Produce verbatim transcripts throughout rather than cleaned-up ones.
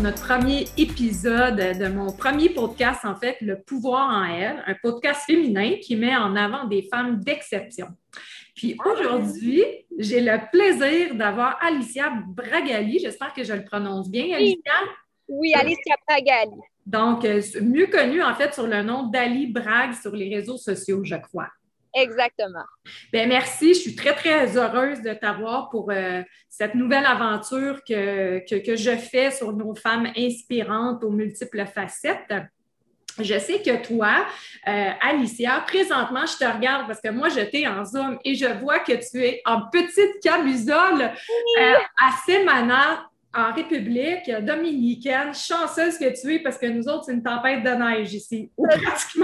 notre premier épisode de mon premier podcast, en fait, Le pouvoir en elle, un podcast féminin qui met en avant des femmes d'exception. Puis aujourd'hui, j'ai le plaisir d'avoir Alicia Bragali. J'espère que je le prononce bien, Alicia. Oui, Alicia Bragali. Donc, mieux connue, en fait, sur le nom d'Ali Bragg sur les réseaux sociaux, je crois. Exactement. Bien, merci. Je suis très, très heureuse de t'avoir pour euh, cette nouvelle aventure que, que, que je fais sur nos femmes inspirantes aux multiples facettes. Je sais que toi, euh, Alicia, présentement, je te regarde parce que moi, je t'ai en Zoom et je vois que tu es en petite camisole euh, à Semana, en République dominicaine. Chanceuse que tu es parce que nous autres, c'est une tempête de neige ici, ou pratiquement.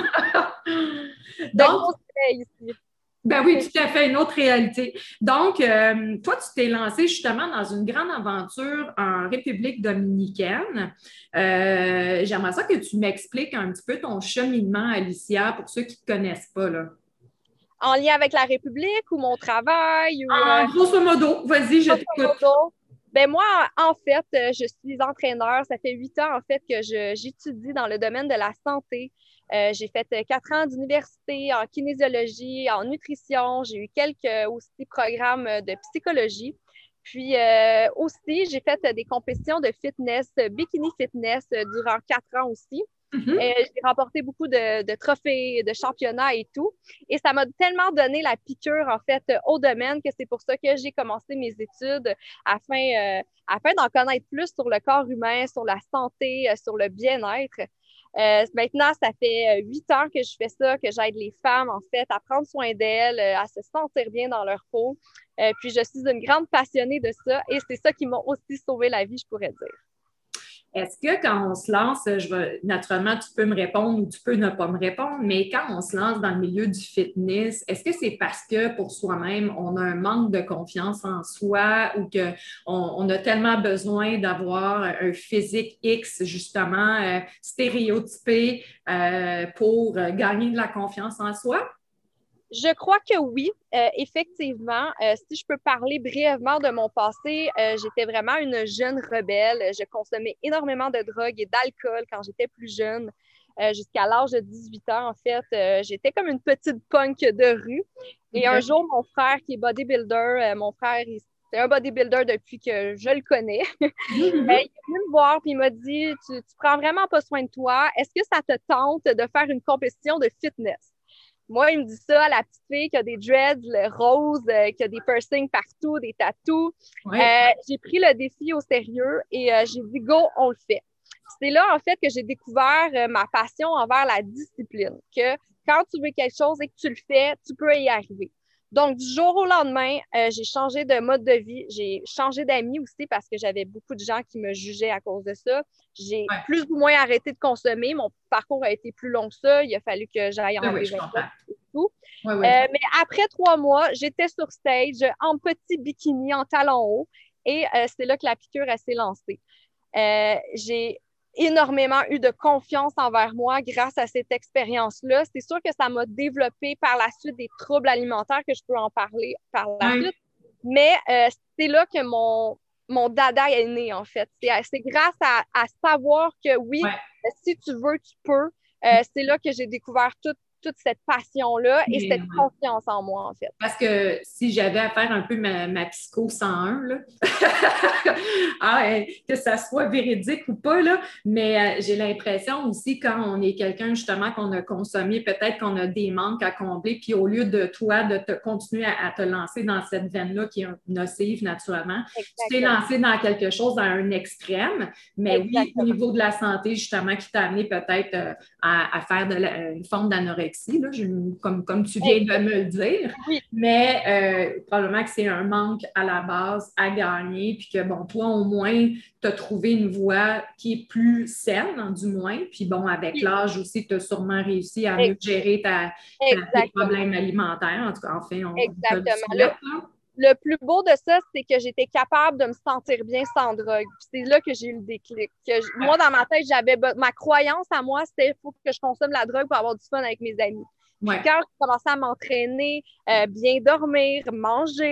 Donc, ici. Ben oui, tout à fait, une autre réalité. Donc, euh, toi, tu t'es lancé justement dans une grande aventure en République dominicaine. Euh, j'aimerais ça que tu m'expliques un petit peu ton cheminement, Alicia, pour ceux qui ne te connaissent pas, là. En lien avec la République ou mon travail? Ou, en euh, grosso modo, vas-y, je t'écoute. Ben moi, en fait, je suis entraîneur. Ça fait huit ans, en fait, que je, j'étudie dans le domaine de la santé. Euh, j'ai fait quatre ans d'université en kinésiologie, en nutrition. J'ai eu quelques aussi programmes de psychologie. Puis euh, aussi, j'ai fait des compétitions de fitness, bikini fitness durant quatre ans aussi. Mm-hmm. Euh, j'ai remporté beaucoup de, de trophées, de championnats et tout. Et ça m'a tellement donné la piqûre, en fait, au domaine que c'est pour ça que j'ai commencé mes études afin, euh, afin d'en connaître plus sur le corps humain, sur la santé, sur le bien-être. Euh, maintenant, ça fait huit ans que je fais ça, que j'aide les femmes, en fait, à prendre soin d'elles, à se sentir bien dans leur peau. Euh, puis, je suis une grande passionnée de ça et c'est ça qui m'a aussi sauvé la vie, je pourrais dire. Est-ce que quand on se lance, je vais, naturellement, tu peux me répondre ou tu peux ne pas me répondre, mais quand on se lance dans le milieu du fitness, est-ce que c'est parce que pour soi-même, on a un manque de confiance en soi ou qu'on on a tellement besoin d'avoir un physique X, justement, euh, stéréotypé euh, pour gagner de la confiance en soi? Je crois que oui, euh, effectivement. Euh, si je peux parler brièvement de mon passé, euh, j'étais vraiment une jeune rebelle. Je consommais énormément de drogue et d'alcool quand j'étais plus jeune. Euh, jusqu'à l'âge de dix-huit ans, en fait, euh, j'étais comme une petite punk de rue. Et okay. Un jour, mon frère, qui est bodybuilder, euh, mon frère, il, c'est un bodybuilder depuis que je le connais, mm-hmm. euh, il est venu me voir et il m'a dit « Tu tu prends vraiment pas soin de toi. Est-ce que ça te tente de faire une compétition de fitness? » Moi, il me dit ça, la petite fille qui a des dreads roses, euh, qui a des piercings partout, des tattoos. Ouais. Euh, j'ai pris le défi au sérieux et euh, j'ai dit « Go, on le fait ». C'est là, en fait, que j'ai découvert euh, ma passion envers la discipline, que quand tu veux quelque chose et que tu le fais, tu peux y arriver. Donc, du jour au lendemain, euh, j'ai changé de mode de vie. J'ai changé d'amis aussi parce que j'avais beaucoup de gens qui me jugeaient à cause de ça. J'ai ouais. plus ou moins arrêté de consommer. Mon parcours a été plus long que ça. Il a fallu que j'aille en oui, et tout. Oui, oui. Euh, mais après trois mois, j'étais sur stage en petit bikini, en talons hauts. Et euh, c'est là que la piqûre s'est lancée. Euh, j'ai énormément eu de confiance envers moi grâce à cette expérience-là. C'est sûr que ça m'a développé par la suite des troubles alimentaires, que je peux en parler par la oui. suite. Mais euh, c'est là que mon, mon dada est né, en fait. C'est, c'est grâce à, à savoir que oui, ouais. si tu veux, tu peux. Euh, c'est là que j'ai découvert tout, toute cette passion-là et Mais, cette ouais. confiance en moi, en fait. Parce que si j'avais à faire un peu ma, ma psycho cent un, là, ah, que ça soit véridique ou pas, là, mais euh, j'ai l'impression aussi quand on est quelqu'un justement qu'on a consommé, peut-être qu'on a des manques à combler, puis au lieu de toi de te continuer à, à te lancer dans cette veine-là qui est nocive naturellement, Exactement. Tu t'es lancé dans quelque chose, dans un extrême, mais Exactement. Oui, au niveau de la santé, justement, qui t'a amené peut-être euh, à, à faire de la, une forme d'anorexie, là, je, comme, comme tu viens Exactement. De me le dire. Oui. Mais euh, probablement que c'est un manque à la base à gagner, puis que, bon, toi, au moins, tu as trouvé une voie qui est plus saine, du moins. Puis, bon, avec oui. L'âge aussi, tu as sûrement réussi à mieux gérer ta, ta, tes problèmes alimentaires. En tout cas, enfin, on, Exactement. on te le souhaite, là. Le plus beau de ça, c'est que j'étais capable de me sentir bien sans drogue. C'est là que j'ai eu le déclic. Que je, moi, dans ma tête, j'avais ma croyance à moi, c'était qu'il faut que je consomme la drogue pour avoir du fun avec mes amis. Ouais. Puis quand j'ai commencé à m'entraîner, euh, bien dormir, manger,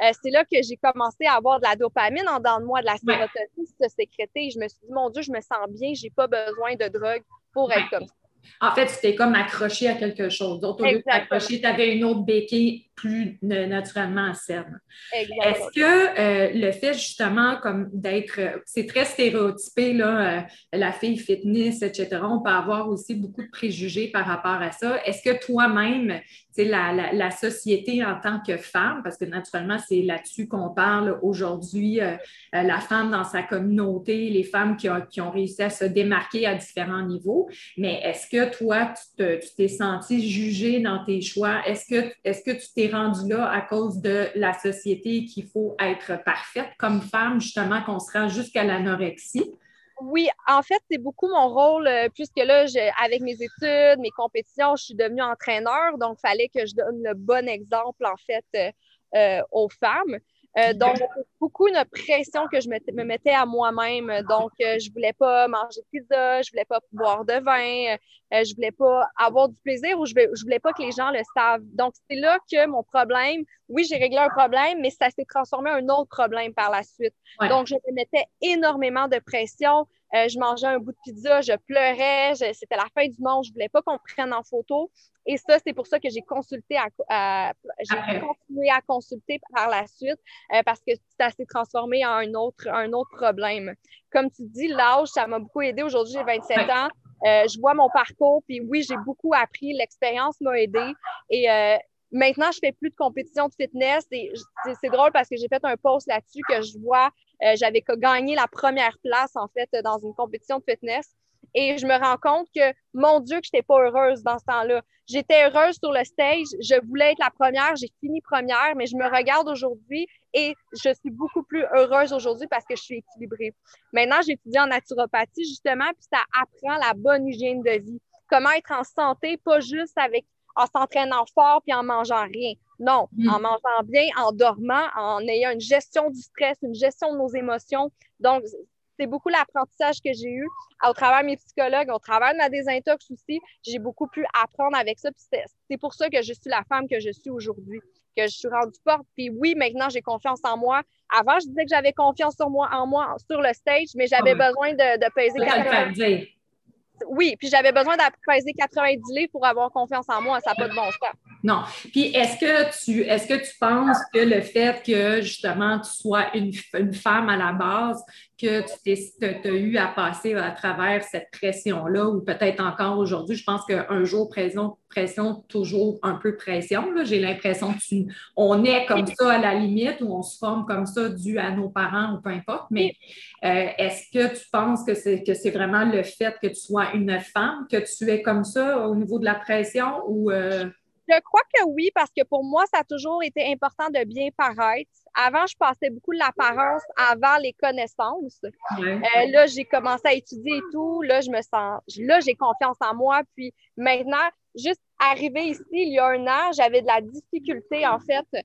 euh, c'est là que j'ai commencé à avoir de la dopamine en dedans de moi, de la Ouais. sérotonine se sécréter. Je me suis dit, mon Dieu, je me sens bien, j'ai pas besoin de drogue pour Ouais. être comme ça. En fait, tu t'es comme accroché à quelque chose d'autre. Au lieu de Exactement. t'accrocher, tu avais une autre béquille plus naturellement saine. Est-ce Exactement. que euh, le fait justement comme d'être, c'est très stéréotypé, là, euh, la fille fitness, et cetera, on peut avoir aussi beaucoup de préjugés par rapport à ça. Est-ce que toi-même, tu sais, la, la, la société en tant que femme, parce que naturellement, c'est là-dessus qu'on parle aujourd'hui, euh, euh, la femme dans sa communauté, les femmes qui ont, qui ont réussi à se démarquer à différents niveaux, mais est-ce que toi, tu, te, tu t'es sentie jugée dans tes choix? Est-ce que, est-ce que tu t'es rendue là à cause de la société qu'il faut être parfaite comme femme, justement, qu'on se rend jusqu'à l'anorexie? Oui, en fait, c'est beaucoup mon rôle, euh, puisque là, je, avec mes études, mes compétitions, je suis devenue entraîneur, donc il fallait que je donne le bon exemple, en fait, euh, euh, aux femmes. Euh, donc, c'est beaucoup une pression que je me, me mettais à moi-même. Donc, euh, je voulais pas manger de pizza, je voulais pas boire de vin, euh, je voulais pas avoir du plaisir ou je, je voulais pas que les gens le savent. Donc, c'est là que mon problème, oui, j'ai réglé un problème, mais ça s'est transformé en un autre problème par la suite. Ouais. Donc, je me mettais énormément de pression. Euh, je mangeais un bout de pizza, je pleurais, je, c'était la fin du monde, je voulais pas qu'on me prenne en photo. Et ça, c'est pour ça que j'ai consulté, à, à, j'ai Après. continué à consulter par la suite euh, parce que ça s'est transformé en un autre, un autre problème. Comme tu dis, l'âge, ça m'a beaucoup aidé. Aujourd'hui, j'ai vingt-sept Ouais. ans. Euh, je vois mon parcours, puis oui, j'ai beaucoup appris. L'expérience m'a aidé. Et euh, maintenant, je fais plus de compétition de fitness. Et c'est, c'est drôle parce que j'ai fait un post là-dessus que je vois. Euh, j'avais gagné la première place, en fait, dans une compétition de fitness. Et je me rends compte que, mon Dieu, que je n'étais pas heureuse dans ce temps-là. J'étais heureuse sur le stage. Je voulais être la première. J'ai fini première, mais je me regarde aujourd'hui et je suis beaucoup plus heureuse aujourd'hui parce que je suis équilibrée. Maintenant, j'étudie en naturopathie, justement, puis ça apprend la bonne hygiène de vie. Comment être en santé, pas juste avec en s'entraînant fort puis en mangeant rien. Non, mmh. en mangeant bien, en dormant, en ayant une gestion du stress, une gestion de nos émotions. Donc, c'est beaucoup l'apprentissage que j'ai eu au travers de mes psychologues, au travers de ma désintox aussi. J'ai beaucoup pu apprendre avec ça. Puis c'est, c'est pour ça que je suis la femme que je suis aujourd'hui, que je suis rendue forte. Puis oui, maintenant, j'ai confiance en moi. Avant, je disais que j'avais confiance sur moi, en moi sur le stage, mais j'avais ah ouais. besoin de, de peser quatre-vingts. Oui, puis j'avais besoin de peser quatre-vingt-dix livres pour avoir confiance en moi. Ça n'a pas de bon sens. Non. Puis est-ce que tu est-ce que tu penses que le fait que justement tu sois une, une femme à la base, que tu as eu à passer à travers cette pression-là, ou peut-être encore aujourd'hui, je pense qu'un jour, pression, pression, toujours un peu pression. Là. J'ai l'impression qu'on est comme ça à la limite, ou on se forme comme ça dû à nos parents ou peu importe. Mais euh, est-ce que tu penses que c'est, que c'est vraiment le fait que tu sois une femme, que tu es comme ça au niveau de la pression ou... Euh... Je crois que oui, parce que pour moi, ça a toujours été important de bien paraître. Avant, je passais beaucoup de l'apparence avant les connaissances. Ouais. Euh, là, j'ai commencé à étudier et tout. Là, je me sens, là, j'ai confiance en moi. Puis maintenant, juste arrivé ici, il y a un an, j'avais de la difficulté, en fait. Euh,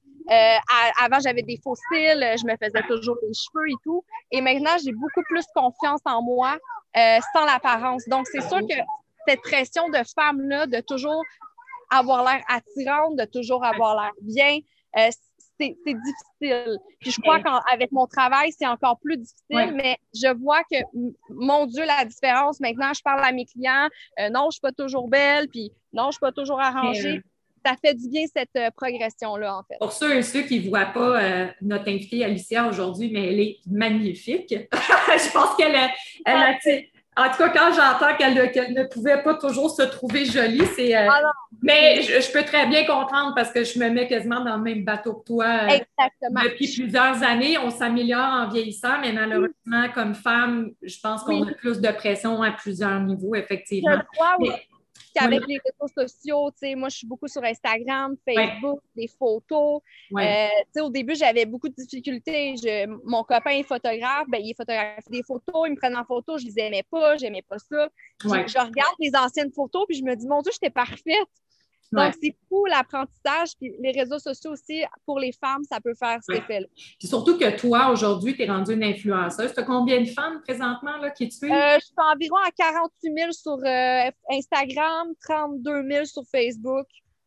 à, avant, j'avais des faux cils, je me faisais toujours les cheveux et tout. Et maintenant, j'ai beaucoup plus confiance en moi euh, sans l'apparence. Donc, c'est sûr que cette pression de femme-là, de toujours avoir l'air attirante, de toujours avoir l'air bien, euh, c'est, c'est difficile. Puis je crois qu'avec mon travail, c'est encore plus difficile, ouais. mais je vois que, mon Dieu, la différence, maintenant, je parle à mes clients, euh, non, je ne suis pas toujours belle, puis non, je ne suis pas toujours arrangée. Ça fait du bien, cette euh, progression-là, en fait. Pour ceux et ceux qui ne voient pas euh, notre invitée Alicia aujourd'hui, mais elle est magnifique. Je pense qu'elle a... Elle a En tout cas, quand j'entends qu'elle, qu'elle ne pouvait pas toujours se trouver jolie, c'est. Euh, ah mais je, je peux très bien comprendre parce que je me mets quasiment dans le même bateau que toi. Euh, Exactement. Depuis plusieurs années, on s'améliore en vieillissant, mais malheureusement, comme femme, je pense qu'on oui. a plus de pression à plusieurs niveaux, effectivement. Je crois mais, aussi qu'avec oui. les réseaux sociaux, tu sais, moi, je suis beaucoup sur Instagram, Facebook, ouais. des photos. Ouais. Euh, tu sais, au début, j'avais beaucoup de difficultés. Je, mon copain est photographe, ben, il photographie des photos, il me prenait en photo, je les aimais pas, j'aimais pas ça. Ouais. Je, je regarde les anciennes photos, puis je me dis, mon Dieu, j'étais parfaite. Donc, ouais. c'est fou l'apprentissage. Puis les réseaux sociaux aussi, pour les femmes, ça peut faire cet ouais. effet-là. Puis surtout que toi, aujourd'hui, tu es rendue une influenceuse. Tu as combien de femmes présentement là, qui te suivent? Euh, je suis environ à quarante-huit mille sur euh, Instagram, trente-deux mille sur Facebook.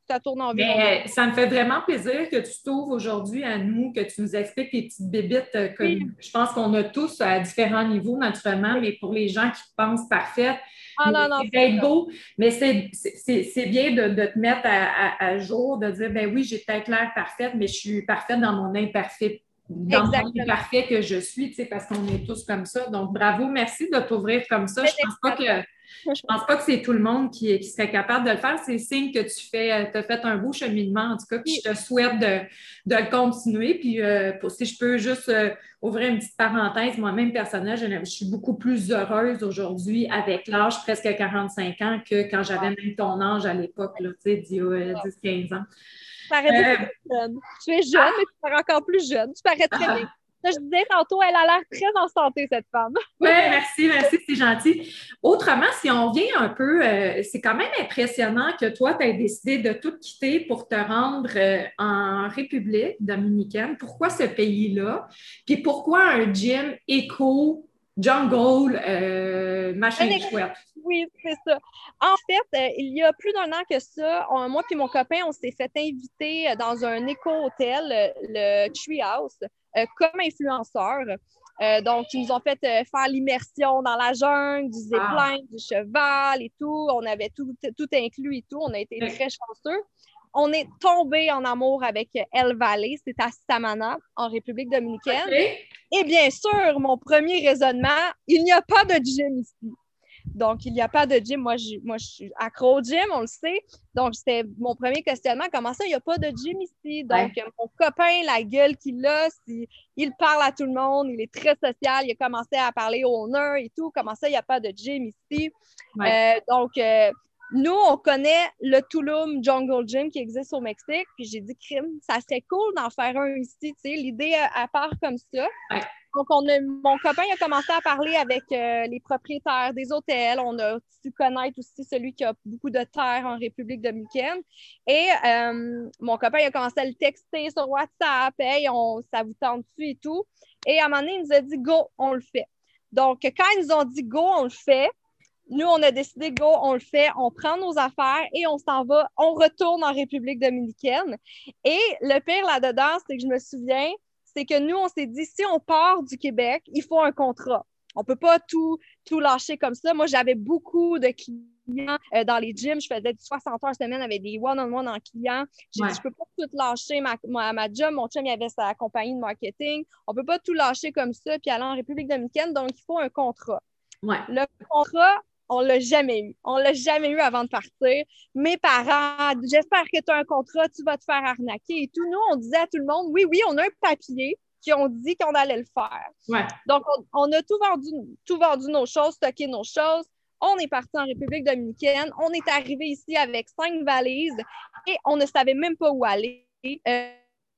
ça tourne environ. Mais ça me fait vraiment plaisir que tu t'ouvres aujourd'hui à nous, que tu nous expliques tes petites bébites. euh, Que Oui. je pense qu'on a tous à différents niveaux, naturellement, mais pour les gens qui pensent parfaites, Ah mais non, non, c'est c'est d'être ça. beau, mais c'est c'est- c'est- c'est bien de, de te mettre à, à- à jour, de dire, ben oui, j'ai peut-être l'air parfaite, mais je suis parfaite dans mon imparfait, dans mon Exactement. imparfait que je suis, tu sais, parce qu'on est tous comme ça. Donc, bravo, merci de t'ouvrir comme ça. Je pense pas que je pense pas que c'est tout le monde qui, qui serait capable de le faire. C'est signe que tu fais, as fait un beau cheminement, en tout cas, puis Puis, je te souhaite de, de le continuer. Puis, euh, pour, si je peux juste euh, ouvrir une petite parenthèse, moi-même, personnelle, je, je suis beaucoup plus heureuse aujourd'hui avec l'âge presque quarante-cinq ans que quand j'avais même ton âge à l'époque, là, tu sais, d'il y a dix quinze ans. ça aurait dit Euh, que tu es jeune. Tu es jeune, mais tu parais encore plus jeune. Tu parais très bien. Ça, je disais tantôt, elle a l'air très en santé, cette femme. Oui, merci, merci, c'est gentil. Autrement, si on vient un peu, euh, c'est quand même impressionnant que toi, tu aies décidé de tout quitter pour te rendre euh, en République dominicaine. Pourquoi ce pays-là? Puis pourquoi un gym éco, jungle, euh, Un machin ex- chouette? Oui, c'est ça. En fait, euh, il y a plus d'un an que ça, on- moi et mon copain, on s'est fait inviter euh, dans un éco-hôtel, euh, le Treehouse, euh, comme influenceurs. Euh, donc, ils nous ont fait euh, faire l'immersion dans la jungle, du Ah, zipline, du cheval et tout. On avait tout, tout inclus et tout. On a été très chanceux. On est tombé en amour avec El Valle, c'est à Samana, en République dominicaine. OK. Et bien sûr, mon premier raisonnement, il n'y a pas de gym ici. Donc, il n'y a pas de gym. Moi, je, moi, je suis accro au gym, on le sait. Donc, c'était mon premier questionnement. Comment ça, il n'y a pas de gym ici? Donc, Ouais. mon copain, la gueule qu'il a, si, il parle à tout le monde, il est très social. Il a commencé à parler au owner et tout. Comment ça, il n'y a pas de gym ici? Ouais. Euh, donc, euh, nous, on connaît le Tulum Jungle Gym qui existe au Mexique. Puis j'ai dit, crime, ça serait cool d'en faire un ici. Tu sais, l'idée à part comme ça. Ouais. Donc, on a, mon copain a commencé à parler avec euh, les propriétaires des hôtels. On a su connaître aussi celui qui a beaucoup de terres en République dominicaine. Et euh, mon copain a commencé à le texter sur WhatsApp. Hey, on, ça vous tente dessus et tout. Et à un moment donné, il nous a dit go, on le fait. Donc, quand ils nous ont dit go, on le fait, nous, on a décidé go, on le fait, on prend nos affaires et on s'en va, on retourne en République dominicaine. Et le pire là-dedans, c'est que je me souviens, c'est que nous, on s'est dit, si on part du Québec, il faut un contrat. On ne peut pas tout, tout lâcher comme ça. Moi, j'avais beaucoup de clients euh, dans les gyms. Je faisais du soixante heures semaine avec des one-on-one en clients. J'ai Ouais. dit, je ne peux pas tout lâcher ma, ma, ma job. Mon chum, il avait sa compagnie de marketing. On ne peut pas tout lâcher comme ça puis aller en République dominicaine. Donc, il faut un contrat. Ouais. Le contrat, on ne l'a jamais eu. On ne l'a jamais eu avant de partir. Mes parents, j'espère que tu as un contrat, tu vas te faire arnaquer et tout. Nous, on disait à tout le monde, oui, oui, on a un papier qui ont dit qu'on allait le faire. Ouais. Donc, on, on a tout vendu, tout vendu nos choses, stocké nos choses. On est parti en République dominicaine. On est arrivé ici avec cinq valises et on ne savait même pas où aller. Euh,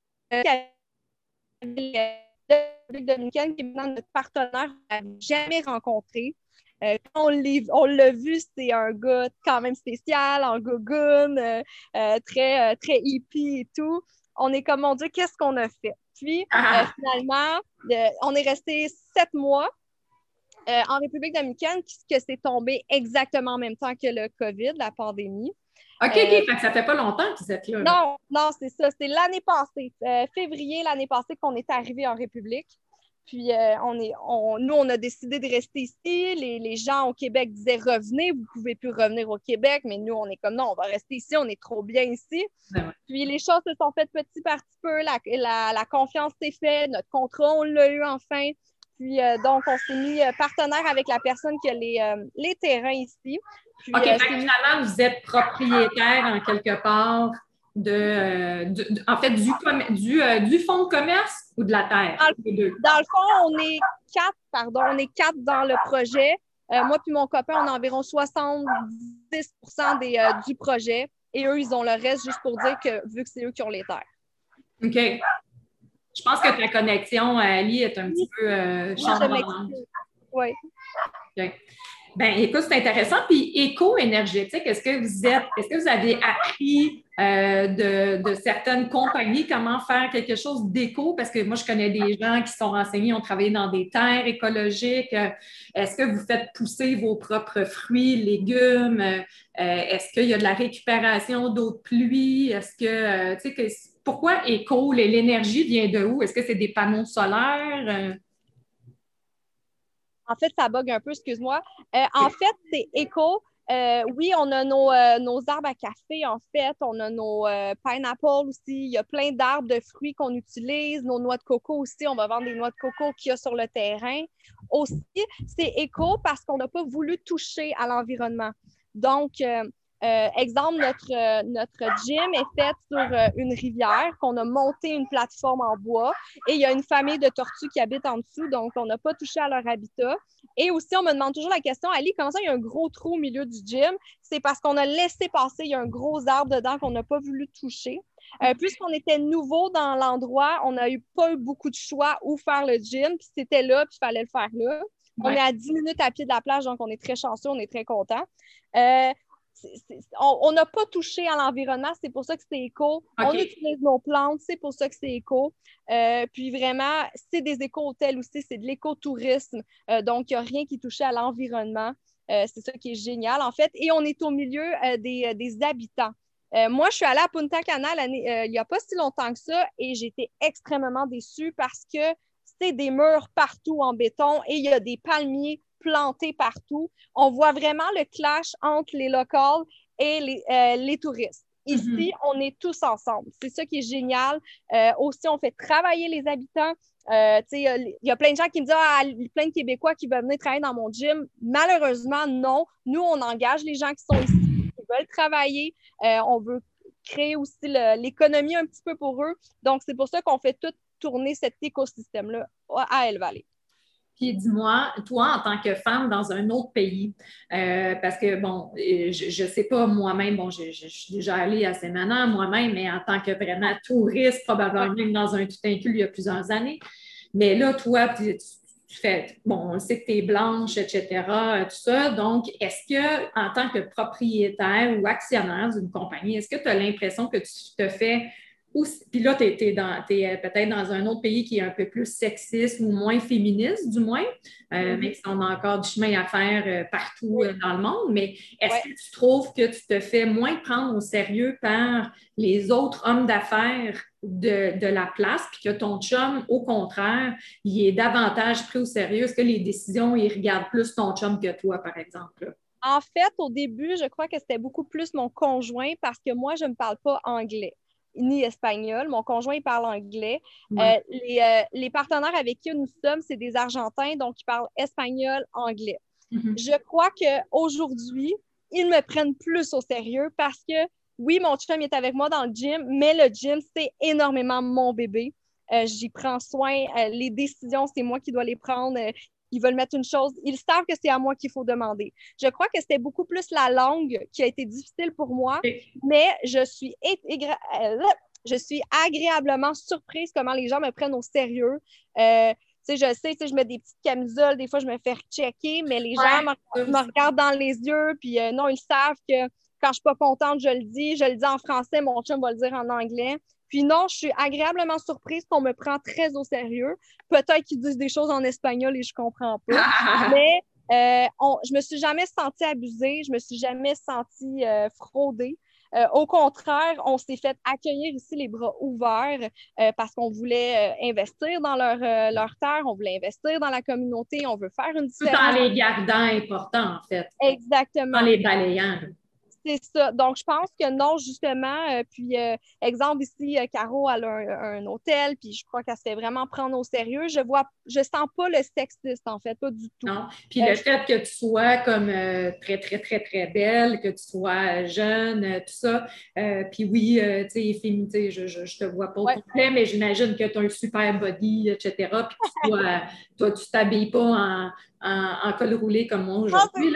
la République dominicaine, qui est maintenant notre partenaire, on ne l'a jamais rencontré. Euh, quand on l'a vu, c'est un gars quand même spécial, en gogoon, euh, euh, très, euh, très hippie et tout. On est comme, mon Dieu, qu'est-ce qu'on a fait? Puis, Ah. euh, finalement, euh, on est resté sept mois euh, en République dominicaine, puisque c'est tombé exactement en même temps que le COVID, la pandémie. OK, OK, Euh, fait que ça fait pas longtemps que vous êtes là. là. non, non, c'est ça. C'est l'année passée, euh, février l'année passée, qu'on est arrivé en République. Puis, euh, on est, on, nous, on a décidé de rester ici. Les, les gens au Québec disaient revenez, vous ne pouvez plus revenir au Québec. Mais nous, on est comme non, on va rester ici, on est trop bien ici. Ben ouais. Puis, les choses se sont faites petit par petit peu. La, la, la confiance s'est faite. Notre contrat, on l'a eu enfin. Puis, euh, donc, on s'est mis euh, partenaire avec la personne qui a les, euh, les terrains ici. Puis, OK, euh, fait que finalement, vous êtes propriétaire en quelque part de, euh, de- de- en fait, du, du, euh, du fonds de commerce ou de la terre? Dans, Les deux. dans le fond, on est quatre, pardon, on est quatre dans le projet. Euh, moi puis mon copain, on a environ soixante-dix pour cent des, euh, du projet. Et eux, ils ont le reste juste pour dire que vu que c'est eux qui ont les terres. OK. Je pense que ta connexion à Ali est un petit peu euh, Oui, je chambranlante. m'excuse. Oui. OK. Ben, écoute, c'est intéressant. Puis, éco-énergétique, est-ce que vous êtes, est-ce que vous avez appris euh, de, de certaines compagnies comment faire quelque chose d'éco? Parce que moi, je connais des gens qui sont renseignés, ont travaillé dans des terres écologiques. Euh, Est-ce que vous faites pousser vos propres fruits, légumes? Euh, est-ce qu'il y a de la récupération d'eau de pluie? Est-ce que, euh, tu sais, que, pourquoi éco? L'énergie vient de où? Est-ce que c'est des panneaux solaires? Euh, En fait, ça bug un peu, excuse-moi. Euh, en fait, c'est éco. Euh, oui, on a nos, euh, nos arbres à café, en fait. On a nos euh, pineapples aussi. Il y a plein d'arbres de fruits qu'on utilise. Nos noix de coco aussi. On va vendre des noix de coco qu'il y a sur le terrain. Aussi, c'est éco parce qu'on n'a pas voulu toucher à l'environnement. Donc, euh, euh, exemple, notre, euh, notre gym est fait sur euh, une rivière qu'on a monté une plateforme en bois et il y a une famille de tortues qui habitent en dessous, donc on n'a pas touché à leur habitat. Et aussi, on me demande toujours la question, Ali, comment ça, il y a un gros trou au milieu du gym? C'est parce qu'on a laissé passer, il y a un gros arbre dedans qu'on n'a pas voulu toucher. Euh, puisqu'on était nouveau dans l'endroit, on n'a eu, pas eu beaucoup de choix où faire le gym, puis c'était là, puis il fallait le faire là. On ouais. est à dix minutes à pied de la plage, donc on est très chanceux, on est très content. Euh, on n'a pas touché à l'environnement, c'est pour ça que c'est éco. Okay. On utilise nos plantes, c'est pour ça que c'est éco. Euh, puis vraiment, c'est des éco-hôtels aussi, c'est de l'écotourisme. Euh, donc, il n'y a rien qui touchait à l'environnement. Euh, c'est ça qui est génial, en fait. Et on est au milieu euh, des, des habitants. Euh, moi, je suis allée à Punta Cana euh, il n'y a pas si longtemps que ça et j'ai été extrêmement déçue parce que c'est des murs partout en béton et il y a des palmiers plantés partout. On voit vraiment le clash entre les locals et les, euh, les touristes. Ici, mm-hmm. on est tous ensemble. C'est ça qui est génial. Euh, aussi, on fait travailler les habitants. Euh, il y a plein de gens qui me disent ah, plein de Québécois qui veulent venir travailler dans mon gym. Malheureusement, non. Nous, on engage les gens qui sont ici, qui veulent travailler. Euh, on veut créer aussi le, l'économie un petit peu pour eux. Donc, c'est pour ça qu'on fait tout tourner cet écosystème-là à Elle-Vallée. Puis dis-moi, toi, en tant que femme dans un autre pays, euh, parce que, bon, je ne sais pas moi-même, bon, je, je, je suis déjà allée à Sémana moi-même, mais en tant que vraiment touriste, probablement même dans un tout inclus il y a plusieurs années. Mais là, toi, tu, tu fais, bon, on sait que tu es blanche, et cetera, tout ça. Donc, est-ce que, en tant que propriétaire ou actionnaire d'une compagnie, est-ce que tu as l'impression que tu te fais Ou, puis là, tu es, es peut-être dans un autre pays qui est un peu plus sexiste ou moins féministe, du moins, euh, mm-hmm. même si on a encore du chemin à faire euh, partout oui. euh, dans le monde. Mais est-ce ouais. que tu trouves que tu te fais moins prendre au sérieux par les autres hommes d'affaires de, de la place, puis que ton chum, au contraire, il est davantage pris au sérieux? Est-ce que les décisions, il regarde plus ton chum que toi, par exemple? En fait, au début, je crois que c'était beaucoup plus mon conjoint parce que moi, je ne parle pas anglais ni espagnol. Mon conjoint, il parle anglais. Ouais. Euh, les, euh, les partenaires avec qui nous sommes, c'est des Argentins, donc ils parlent espagnol, anglais. Mm-hmm. Je crois qu'aujourd'hui, ils me prennent plus au sérieux parce que, oui, mon chum est avec moi dans le gym, mais le gym, c'est énormément mon bébé. Euh, j'y prends soin. Euh, les décisions, c'est moi qui dois les prendre. Euh, ils veulent mettre une chose. Ils savent que c'est à moi qu'il faut demander. Je crois que c'était beaucoup plus la langue qui a été difficile pour moi, mais je suis, égra... je suis agréablement surprise comment les gens me prennent au sérieux. Euh, tu sais, je sais, tu sais, je mets des petites camisoles, des fois, je me fais checker, mais les gens ouais. me, me regardent dans les yeux, puis euh, non, ils savent que quand je suis pas contente, je le dis. Je le dis en français, mon chum va le dire en anglais. Puis non, je suis agréablement surprise qu'on me prend très au sérieux. Peut-être qu'ils disent des choses en espagnol et je comprends pas. Mais euh, on, je me suis jamais sentie abusée, je me suis jamais sentie euh, fraudée. Euh, au contraire, on s'est fait accueillir ici les bras ouverts euh, parce qu'on voulait euh, investir dans leur, euh, leur terre, on voulait investir dans la communauté, on veut faire une différence. Tout en les gardant importants, en fait. Exactement. En les balayant. C'est ça. Donc, je pense que non, justement. Euh, puis, euh, exemple, ici, euh, Caro, elle a un, un hôtel, puis je crois qu'elle se fait vraiment prendre au sérieux. Je vois, je sens pas le sexiste, en fait, pas du tout. Non. Puis, euh, le fait que tu sois comme euh, très, très, très, très belle, que tu sois jeune, euh, tout ça. Euh, puis oui, euh, tu sais, féminité, je, je, je te vois pas au ouais. complet, mais j'imagine que tu as un super body, et cetera. Puis, toi, toi, tu t'habilles pas en, en, en col roulé comme moi aujourd'hui, là.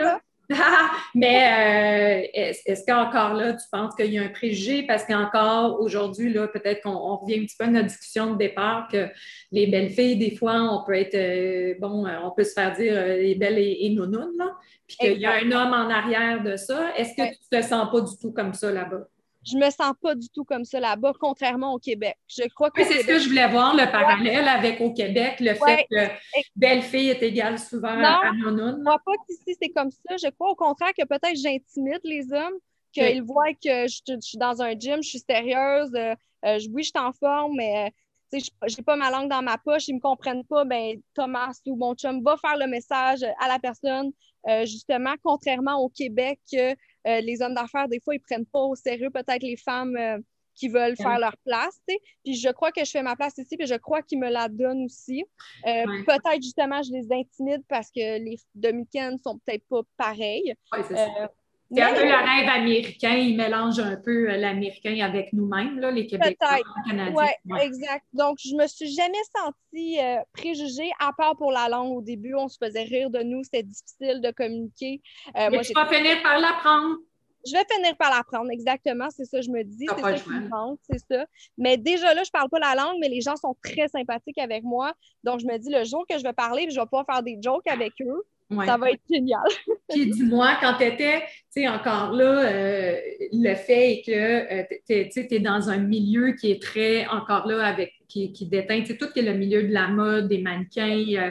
Mais euh, est-ce, est-ce qu'encore là, tu penses qu'il y a un préjugé? Parce qu'encore aujourd'hui, là, peut-être qu'on on revient un petit peu à notre discussion de départ, que les belles filles, des fois, on peut être, euh, bon, euh, on peut se faire dire euh, les belles et, et nounounes, là, puis qu'il y a Exact. un homme en arrière de ça. Est-ce que Ouais. tu te sens pas du tout comme ça là-bas? Je me sens pas du tout comme ça là-bas, contrairement au Québec. Je crois Oui, qu'au c'est ce que Québec, je voulais voir, le ouais, parallèle avec au Québec, le fait ouais, que belle fille est égale souvent à, non, à je nounoune, là. crois pas qu'ici c'est comme ça. Je crois au contraire que peut-être j'intimide les hommes, OK. qu'ils voient que je, je suis dans un gym, je suis sérieuse, euh, euh, je- oui, je suis en forme, mais euh, tu sais, je- j'ai pas ma langue dans ma poche, ils me comprennent pas, ben Thomas ou mon chum va faire le message à la personne, euh, justement, contrairement au Québec, que euh, les hommes d'affaires, des fois, ils prennent pas au sérieux peut-être les femmes euh, qui veulent faire leur place, tu sais. Puis je crois que je fais ma place ici, puis je crois qu'ils me la donnent aussi. Euh, Ouais. peut-être justement, je les intimide parce que les Dominicaines sont peut-être pas pareilles. Oui, c'est Euh, ça. C'est mais un peu les le rêve américain. Il mélange un peu euh, l'américain avec nous-mêmes, là, les Québécois, peut-être. les Canadiens. Ouais, Ouais. exact. Donc, je me suis jamais sentie euh, préjugée, à part pour la langue. Au début, on se faisait rire de nous, c'était difficile de communiquer. Euh, Mais moi, tu j'étais vas finir par l'apprendre. je vais finir par l'apprendre, exactement. C'est ça, je me dis. Tu n'as C'est pas le ça qui choix. me manque, c'est ça. Mais déjà là, je parle pas la langue, mais les gens sont très sympathiques avec moi. Donc, je me dis, le jour que je vais parler, je vais pouvoir faire des jokes avec eux. Ouais. Ça va être génial. Puis dis-moi, quand tu étais, tu sais, encore là, euh, le fait est que tu es dans un milieu qui est très, encore là, avec qui, qui déteint, tu sais, tout ce qui est le milieu de la mode, des mannequins, euh,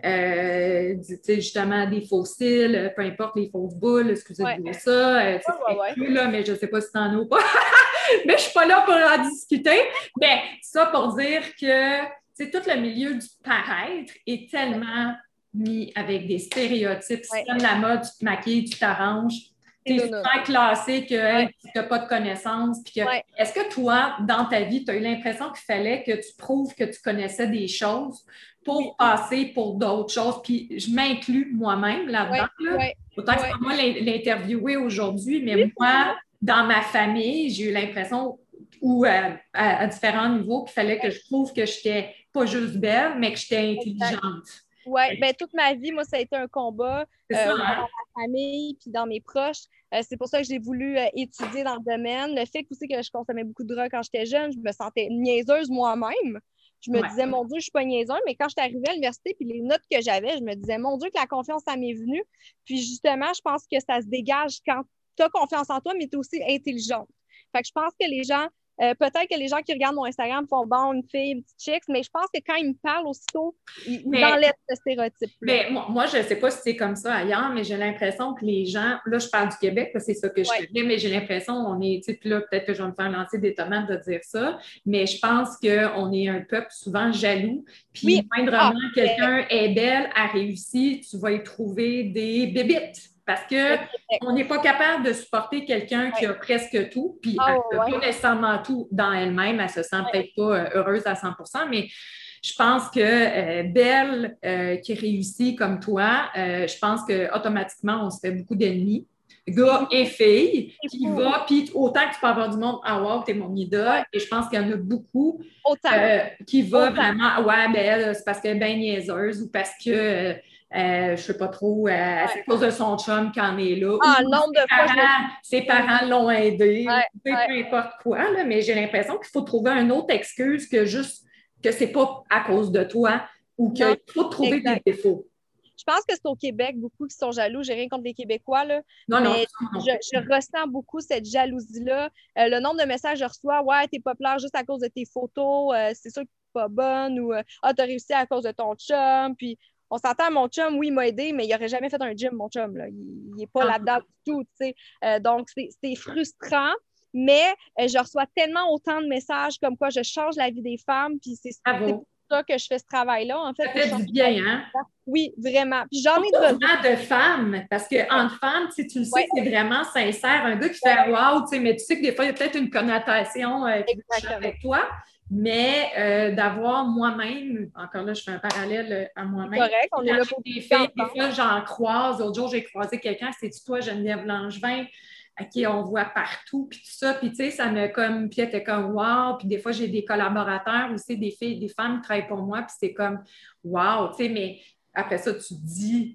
euh, tu sais, justement, des fossiles, euh, peu importe les fausses boules, Ouais, excusez-moi ça, euh, tu sais, ouais, ouais, c'est ouais. inclus, là, mais je ne sais pas si tu en as ou pas. Mais je ne suis pas là pour en discuter. Mais ça pour dire que, tu sais, tout le milieu du paraître est tellement mis avec des stéréotypes. Si Ouais. tu aimes la mode, tu te maquilles, tu t'arranges. C'est Tu es non, non. super classé que hey, Ouais, tu n'as pas de connaissances. Puis que, ouais. est-ce que toi, dans ta vie, tu as eu l'impression qu'il fallait que tu prouves que tu connaissais des choses Oui, pour passer pour d'autres choses? Puis je m'inclus moi-même là-dedans. ouais, Là. ouais, Autant que c'est ouais. pas moi l'in- l'interviewer aujourd'hui, mais Oui, c'est moi, ça. dans ma famille, j'ai eu l'impression, ou à, à- à différents niveaux, qu'il fallait que Ouais, je prouve que je n'étais pas juste belle, mais que j'étais exact. intelligente. Ouais, ben toute ma vie, moi, ça a été un combat, C'est ça, euh, autant hein? dans ma famille puis dans mes proches. Euh, c'est pour ça que j'ai voulu euh, étudier dans le domaine. Le fait aussi que je consommais beaucoup de drogue quand j'étais jeune, je me sentais niaiseuse moi-même. Je me Ouais. disais, mon Dieu, je suis pas niaiseuse, mais quand j'étais arrivée à l'université, puis les notes que j'avais, je me disais, mon Dieu, que la confiance, ça m'est venue. Puis justement, je pense que ça se dégage quand tu as confiance en toi, mais tu es aussi intelligente. Fait que je pense que les gens, euh, peut-être que les gens qui regardent mon Instagram font bon, une fille, une petite chick, mais je pense que quand ils me parlent aussitôt, ils, ils Mais enlèvent ce stéréotype-là. Ben, moi, moi, je ne sais pas si c'est comme ça ailleurs, mais j'ai l'impression que les gens, là, je parle du Québec, parce que c'est ça que je Ouais. connais, mais j'ai l'impression on est, tu sais, puis là, peut-être que je vais me faire lancer des tomates de dire ça, mais je pense qu'on est un peuple souvent jaloux, Oui. puis Ah, moindrement ben, quelqu'un est belle, a réussi, tu vas y trouver des bébites. Parce le Québec. qu'on n'est pas capable de supporter quelqu'un qui Ouais. a presque tout, puis Ah, elle n'a ouais. pas nécessairement tout dans elle-même, elle ne se sent Ouais. peut-être pas euh, heureuse à cent pour cent, mais je pense que euh, Belle, euh, qui réussit comme toi, euh, je pense qu'automatiquement, on se fait beaucoup d'ennemis, C'est gars et filles, c'est qui fou. va, puis autant que tu peux avoir du monde, ah wow, t'es mon idole, Ouais. et je pense qu'il y en a beaucoup Autant. euh, qui va Autant. vraiment, ouais, ben, c'est parce qu'elle est bien niaiseuse ou parce que, euh, euh, je sais pas trop, euh, c'est Ouais. à cause de son chum qui en est là, ou Ah, le nombre ses de fois, je me suis parents, ses dit, parents l'ont aidé, ou ouais, peu ouais, importe quoi, là, mais j'ai l'impression qu'il faut trouver une autre excuse que juste que c'est pas à cause de toi ou non, qu'il faut trouver des exact. défauts. Je pense que c'est au Québec beaucoup qui sont jaloux. J'ai rien contre les Québécois, là, Non, non, mais c'est ça non je, plus. je ressens beaucoup cette jalousie-là. Euh, le nombre de messages que je reçois, ouais, t'es populaire juste à cause de tes photos, euh, c'est sûr que t'es pas bonne, ou euh, ah, t'as réussi à cause de ton chum. Puis on s'entend, mon chum, oui, il m'a aidé, mais il n'aurait jamais fait un gym, mon chum. Là. Il n'est pas Non, là-dedans du tout, tu sais. Euh, donc, c'est c'est frustrant. Mais euh, je reçois tellement autant de messages comme quoi je change la vie des femmes, puis c'est c'est pour bravo. ça que je fais ce travail-là, en fait, Ça pour fait changer du la bien, vie hein? des femmes. Oui, vraiment. Puis j'en ai Surtout besoin. venant de femmes, parce qu'entre femmes, tu sais, tu le sais Oui, que c'est vraiment sincère. Un gars qui ouais, fait wow, tu sais, mais tu sais que des fois, il y a peut-être une connotation euh, qui va exactement. avec toi, mais euh, d'avoir moi-même, encore là, je fais un parallèle euh, à C'est moi-même. correct, on est là pour Des discuter filles, des ensemble. fois, j'en croise. L'autre jour, j'ai croisé quelqu'un, c'est-tu toi, Geneviève Langevin, à qui on voit partout, puis tout ça. Puis, tu sais, ça me comme, puis elle était comme wow. Puis, des fois, j'ai des collaborateurs aussi, des filles, des femmes qui travaillent pour moi, puis c'est comme wow, tu sais, mais après ça, tu te dis,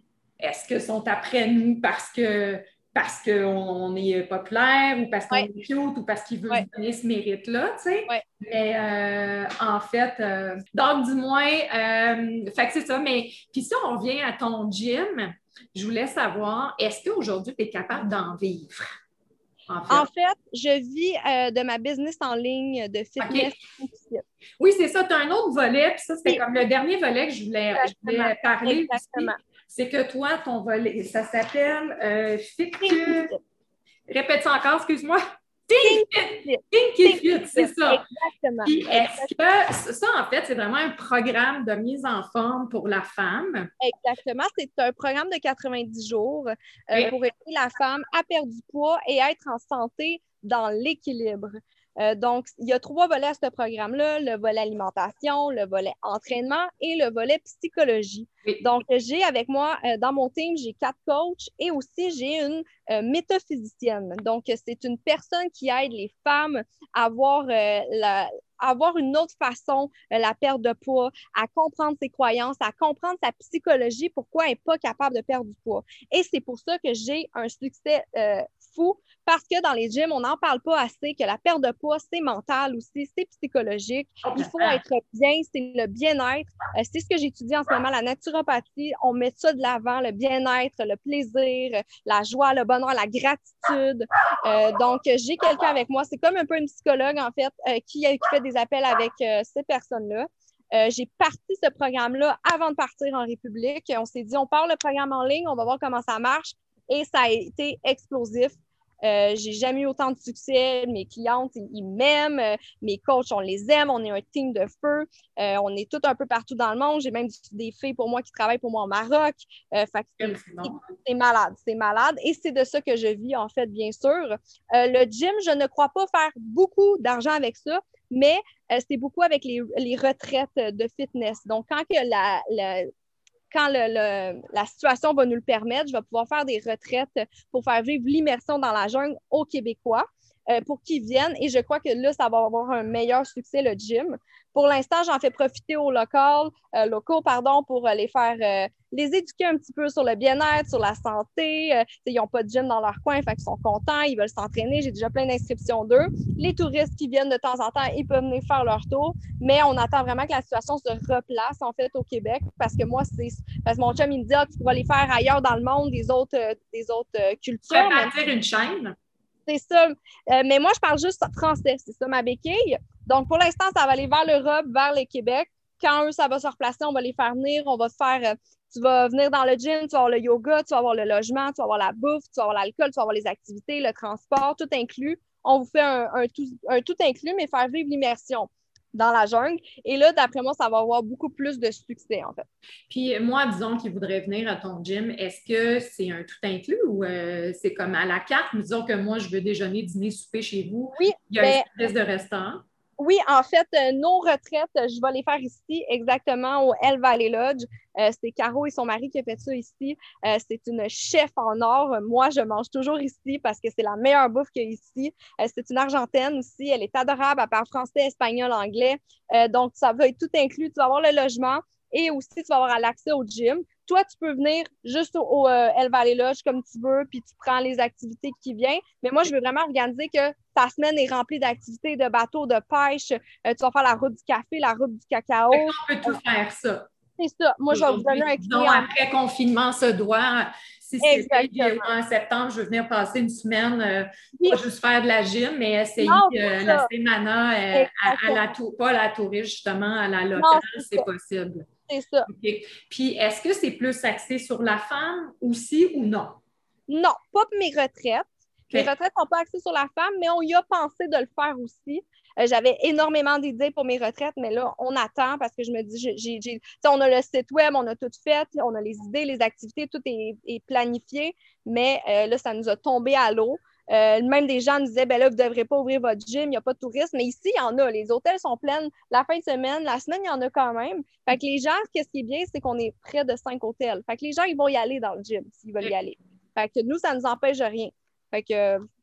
est-ce qu'ils sont après nous parce que parce qu'on est populaire ou parce qu'on Ouais. est cute ou parce qu'ils veulent Ouais. se donner ce mérite-là, tu sais. Ouais. Mais euh, en fait, euh, donc du moins, euh, fait que c'est ça. Mais puis si on revient à ton gym, je voulais savoir, est-ce qu'aujourd'hui, tu es capable d'en vivre? En fait. En fait, je vis euh, de ma business en ligne de fitness. OK. Oui, c'est ça. Tu as un autre volet, puis ça, c'était Oui. comme le dernier volet que je voulais, je voulais parler Exactement. aussi. C'est que toi, ton volet, ça s'appelle euh, Fit. Think Répète ça encore, excuse-moi. Think Think Think Fit, c'est ça. Exactement. Puis est-ce que ça, en fait, c'est vraiment un programme de mise en forme pour la femme? Exactement. C'est un programme de quatre-vingt-dix jours euh, Oui. pour aider la femme à perdre du poids et à être en santé dans l'équilibre. Euh, donc, il y a trois volets à ce programme-là, le volet alimentation, le volet entraînement et le volet psychologie. Oui. Donc, j'ai avec moi, euh, dans mon team, j'ai quatre coachs et aussi j'ai une euh, métaphysicienne. Donc, c'est une personne qui aide les femmes à avoir, euh, la, à avoir une autre façon, euh, la perte de poids, à comprendre ses croyances, à comprendre sa psychologie, pourquoi elle n'est pas capable de perdre du poids. Et c'est pour ça que j'ai un succès euh, fou, parce que dans les gyms, on n'en parle pas assez, que la perte de poids, c'est mental aussi, c'est psychologique. Il faut être bien, c'est le bien-être. Euh, c'est ce que j'étudie en ce moment, la naturopathie. On met ça de l'avant, le bien-être, le plaisir, la joie, le bonheur, la gratitude. Euh, donc, j'ai quelqu'un avec moi, c'est comme un peu une psychologue, en fait, euh, qui, qui fait des appels avec euh, ces personnes-là. Euh, j'ai parti ce programme-là avant de partir en République. On s'est dit, on part le programme en ligne, on va voir comment ça marche. Et ça a été explosif. Euh, j'ai jamais eu autant de succès. Mes clientes, ils, ils m'aiment. Euh, mes coachs, on les aime. On est un team de feu. Euh, on est tout un peu partout dans le monde. J'ai même des filles pour moi qui travaillent pour moi au Maroc. Euh, fait que c'est, c'est, c'est malade. C'est malade. Et c'est de ça que je vis, en fait, bien sûr. Euh, le gym, je ne crois pas faire beaucoup d'argent avec ça, mais euh, c'est beaucoup avec les, les retraites de fitness. Donc, quand que la, la quand le, le, la situation va nous le permettre, je vais pouvoir faire des retraites pour faire vivre l'immersion dans la jungle aux Québécois euh, pour qu'ils viennent. Et je crois que là, ça va avoir un meilleur succès, le gym. Pour l'instant, j'en fais profiter aux locaux, euh, locaux pardon, pour euh, les faire, euh, les éduquer un petit peu sur le bien-être, sur la santé. Euh, ils n'ont pas de gym dans leur coin, fait qu'ils sont contents, ils veulent s'entraîner. J'ai déjà plein d'inscriptions d'eux. Les touristes qui viennent de temps en temps, ils peuvent venir faire leur tour. Mais on attend vraiment que la situation se replace, en fait, au Québec, parce que moi, c'est parce que mon chum, il me dit ah, tu pourras les faire ailleurs dans le monde, des autres, euh, des autres euh, cultures. Tu vas bâtir une chaîne. C'est ça. Euh, mais moi, je parle juste français. C'est ça ma béquille. Donc, pour l'instant, ça va aller vers l'Europe, vers le Québec. Quand eux, ça va se replacer, on va les faire venir. On va faire... Euh, tu vas venir dans le gym, tu vas avoir le yoga, tu vas avoir le logement, tu vas avoir la bouffe, tu vas avoir l'alcool, tu vas avoir les activités, le transport, tout inclus. On vous fait un, un, tout, un tout inclus, mais faire vivre l'immersion dans la jungle. Et là, d'après moi, ça va avoir beaucoup plus de succès, en fait. Puis moi, disons qu'il voudrait venir à ton gym, est-ce que c'est un tout inclus ou euh, c'est comme à la carte? Disons que moi, je veux déjeuner, dîner, souper chez vous. Oui, il y a mais... un service de restaurant. Oui, en fait, euh, nos retraites, je vais les faire ici, exactement au El Valley Lodge. Euh, c'est Caro et son mari qui a fait ça ici. Euh, c'est une chef en or. Moi, je mange toujours ici parce que c'est la meilleure bouffe qu'il y a ici. Euh, c'est une Argentine aussi. Elle est adorable. Elle parle français, espagnol, anglais. Euh, donc, ça va être tout inclus. Tu vas avoir le logement et aussi, tu vas avoir l'accès au gym. Toi, tu peux venir juste au, au euh, El Valley Lodge comme tu veux, puis tu prends les activités qui viennent. Mais moi, je veux vraiment organiser que ta semaine est remplie d'activités, de bateaux, de pêche. Euh, tu vas faire la route du café, la route du cacao. On peut tout euh, faire ça. C'est ça. Moi, je vais vous donner un client. Après confinement se doit. Si c'est en septembre, je veux venir passer une semaine, euh, oui. Pas juste faire de la gym, mais essayer non, euh, la Semana euh, à, à la tour, pas à la touriste, justement, à la locale, c'est, c'est possible. C'est ça. Okay. Puis, est-ce que c'est plus axé sur la femme aussi ou non? Non, pas mes retraites. Okay. Mes retraites ne sont pas axées sur la femme, mais on y a pensé de le faire aussi. Euh, j'avais énormément d'idées pour mes retraites, mais là, on attend parce que je me dis, j'ai, j'ai, on a le site web, on a tout fait, on a les idées, les activités, tout est, est planifié, mais euh, là, ça nous a tombé à l'eau. Euh, même des gens nous disaient, ben là, vous ne devrez pas ouvrir votre gym, il n'y a pas de tourisme, mais ici, il y en a. Les hôtels sont pleins la fin de semaine, la semaine, il y en a quand même. Fait que les gens, ce qui est bien, c'est qu'on est près de cinq hôtels. Fait que les gens, ils vont y aller dans le gym s'ils veulent y aller. Fait que nous, ça ne nous empêche rien. Fait que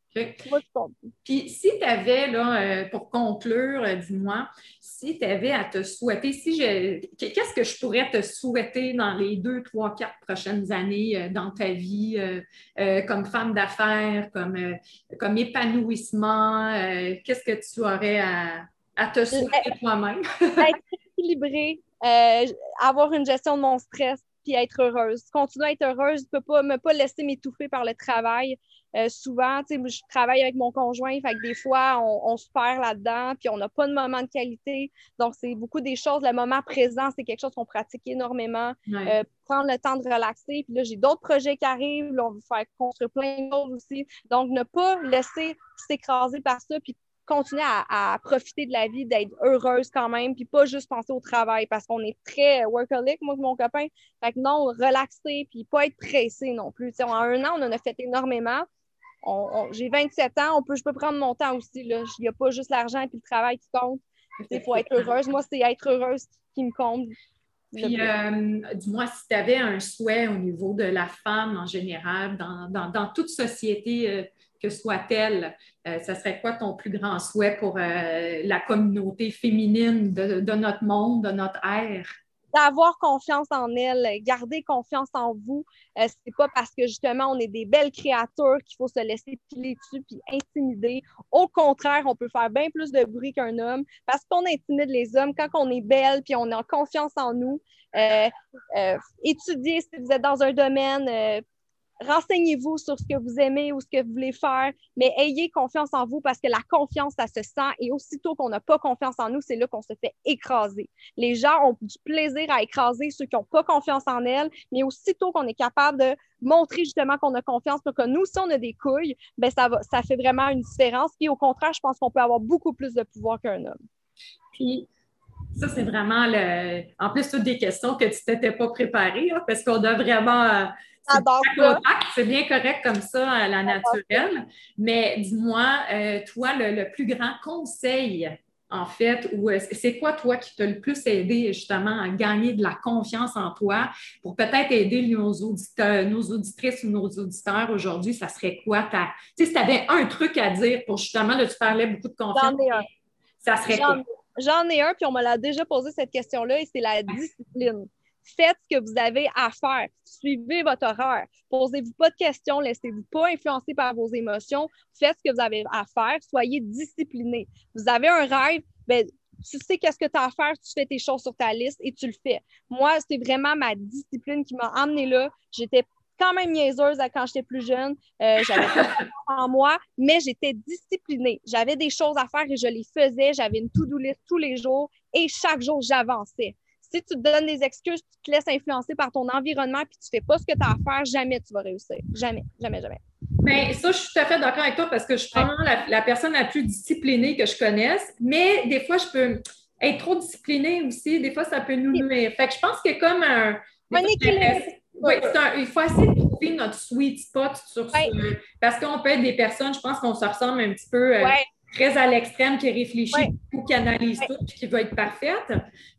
Okay. Moi, je comprends. Puis, si tu avais, là, euh, pour conclure, euh, dis-moi, si tu avais à te souhaiter, si je, qu'est-ce que je pourrais te souhaiter dans les deux, trois, quatre prochaines années euh, dans ta vie, euh, euh, comme femme d'affaires, comme, euh, comme épanouissement, euh, qu'est-ce que tu aurais à, à te souhaiter toi-même? Être équilibrée, euh, avoir une gestion de mon stress, puis être heureuse. Continuer à être heureuse, je ne peux pas me pas laisser m'étouffer par le travail. Euh, souvent, tu sais, je travaille avec mon conjoint, fait que des fois, on, on se perd là-dedans, puis on n'a pas de moment de qualité. Donc, c'est beaucoup des choses. Le moment présent, c'est quelque chose qu'on pratique énormément. Ouais. Euh, prendre le temps de relaxer. Puis là, j'ai d'autres projets qui arrivent. Là, on veut faire construire plein de choses aussi. Donc, ne pas laisser s'écraser par ça, puis continuer à, à profiter de la vie, d'être heureuse quand même, puis pas juste penser au travail, parce qu'on est très workaholic, moi et mon copain. Fait que non, relaxer, puis pas être pressé non plus. T'sais, en un an, on en a fait énormément. On, on, j'ai vingt-sept ans, on peut, je peux prendre mon temps aussi. Il n'y a pas juste l'argent et le travail qui compte. Il faut être heureuse. Moi, c'est être heureuse qui me compte. Puis, euh, dis-moi, si tu avais un souhait au niveau de la femme en général, dans, dans, dans toute société euh, que soit-elle, euh, ça serait quoi ton plus grand souhait pour euh, la communauté féminine de, de notre monde, de notre ère? D'avoir confiance en elle, garder confiance en vous. Euh, c'est pas parce que justement on est des belles créatures qu'il faut se laisser piler dessus puis intimider. Au contraire, on peut faire bien plus de bruit qu'un homme parce qu'on intimide les hommes quand on est belle puis on a confiance en nous. Euh, euh, étudiez si vous êtes dans un domaine. Euh, Renseignez-vous sur ce que vous aimez ou ce que vous voulez faire, mais ayez confiance en vous parce que la confiance, ça se sent et aussitôt qu'on n'a pas confiance en nous, c'est là qu'on se fait écraser. Les gens ont du plaisir à écraser ceux qui n'ont pas confiance en elles, mais aussitôt qu'on est capable de montrer justement qu'on a confiance pour que nous, si on a des couilles, ben ça, va, ça fait vraiment une différence. Puis au contraire, je pense qu'on peut avoir beaucoup plus de pouvoir qu'un homme. Puis, ça, c'est vraiment le. En plus, toutes des questions que tu ne t'étais pas préparées, hein, parce qu'on a vraiment. C'est bien, c'est bien correct comme ça, à la naturelle. Mais dis-moi, euh, toi, le, le plus grand conseil, en fait, ou c'est quoi, toi, qui t'a le plus aidé justement à gagner de la confiance en toi pour peut-être aider nos auditeurs, nos auditrices ou nos auditeurs aujourd'hui? Ça serait quoi ta. Tu sais, si tu avais un truc à dire pour justement, là, tu parlais beaucoup de confiance. J'en ai un. Ça serait J'en, quoi? J'en ai un, puis on me l'a déjà posé cette question-là, et c'est la discipline. Faites ce que vous avez à faire. Suivez votre horaire. Posez-vous pas de questions. Laissez-vous pas influencer par vos émotions. Faites ce que vous avez à faire. Soyez discipliné. Vous avez un rêve, ben, tu sais qu'est-ce que tu as à faire. Tu fais tes choses sur ta liste et tu le fais. Moi, c'est vraiment ma discipline qui m'a amenée là. J'étais quand même niaiseuse quand j'étais plus jeune. Euh, j'avais pas en moi, mais j'étais disciplinée. J'avais des choses à faire et je les faisais. J'avais une to-do list tous les jours et chaque jour, j'avançais. Si tu te donnes des excuses, tu te laisses influencer par ton environnement puis tu fais pas ce que tu as à faire, jamais tu vas réussir. Jamais, jamais, jamais. Bien, ça, je suis tout à fait d'accord avec toi parce que je suis probablement la, la personne la plus disciplinée que je connaisse, mais des fois, je peux être trop disciplinée aussi. Des fois, ça peut nous nuire. Fait que je pense qu'il y a comme un... Un équilibre. Oui, un, il faut essayer de trouver notre sweet spot sur ouais. ce... Parce qu'on peut être des personnes, je pense qu'on se ressemble un petit peu euh, ouais. très à l'extrême, qui réfléchit ouais. beaucoup, qui analyse ouais. tout, puis qui va être parfaite.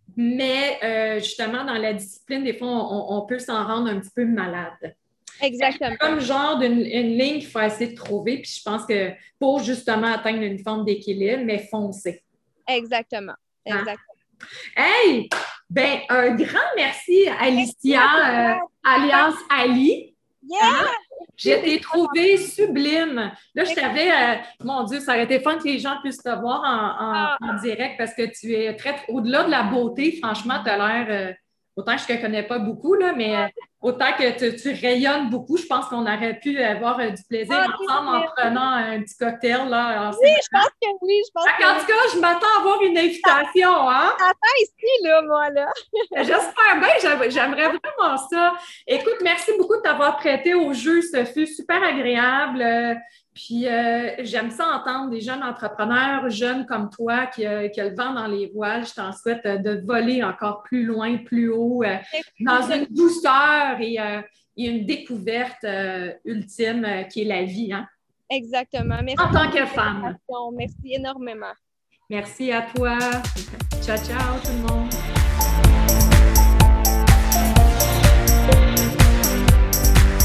Mais euh, justement, dans la discipline, des fois, on, on peut s'en rendre un petit peu malade. Exactement. C'est comme genre d'une une ligne qu'il faut essayer de trouver. Puis je pense que pour justement atteindre une forme d'équilibre, mais foncer. Exactement. Exactement. Hein? Hey! Ben, un grand merci, Alicia, euh, alias Ali. Yeah! Hein? Je t'ai trouvé sublime. Là, je savais, euh, mon Dieu, ça aurait été fun que les gens puissent te voir en, en, ah. en direct parce que tu es très, au-delà de la beauté, franchement, tu as l'air, euh, autant que je ne te connais pas beaucoup, là, mais euh, autant que tu, tu rayonnes beaucoup, je pense qu'on aurait pu avoir euh, du plaisir ah, ensemble en prenant un petit cocktail. Là, oui, je pense que oui. Je pense que en tout cas, je m'attends à avoir une invitation. Hein? J'attends ici, là, moi, là. J'espère bien, j'aimerais vraiment ça. Écoute, merci beaucoup de t'avoir prêté au jeu. Ça fut super agréable. Euh, puis, euh, j'aime ça entendre des jeunes entrepreneurs, jeunes comme toi, qui, euh, qui a le vent dans les voiles. Je t'en souhaite euh, de voler encore plus loin, plus haut, euh, dans une douceur et, euh, et une découverte euh, ultime euh, qui est la vie. Hein? Exactement. Merci. En tant que femme. Merci énormément. Merci à toi. Ciao, ciao tout le monde.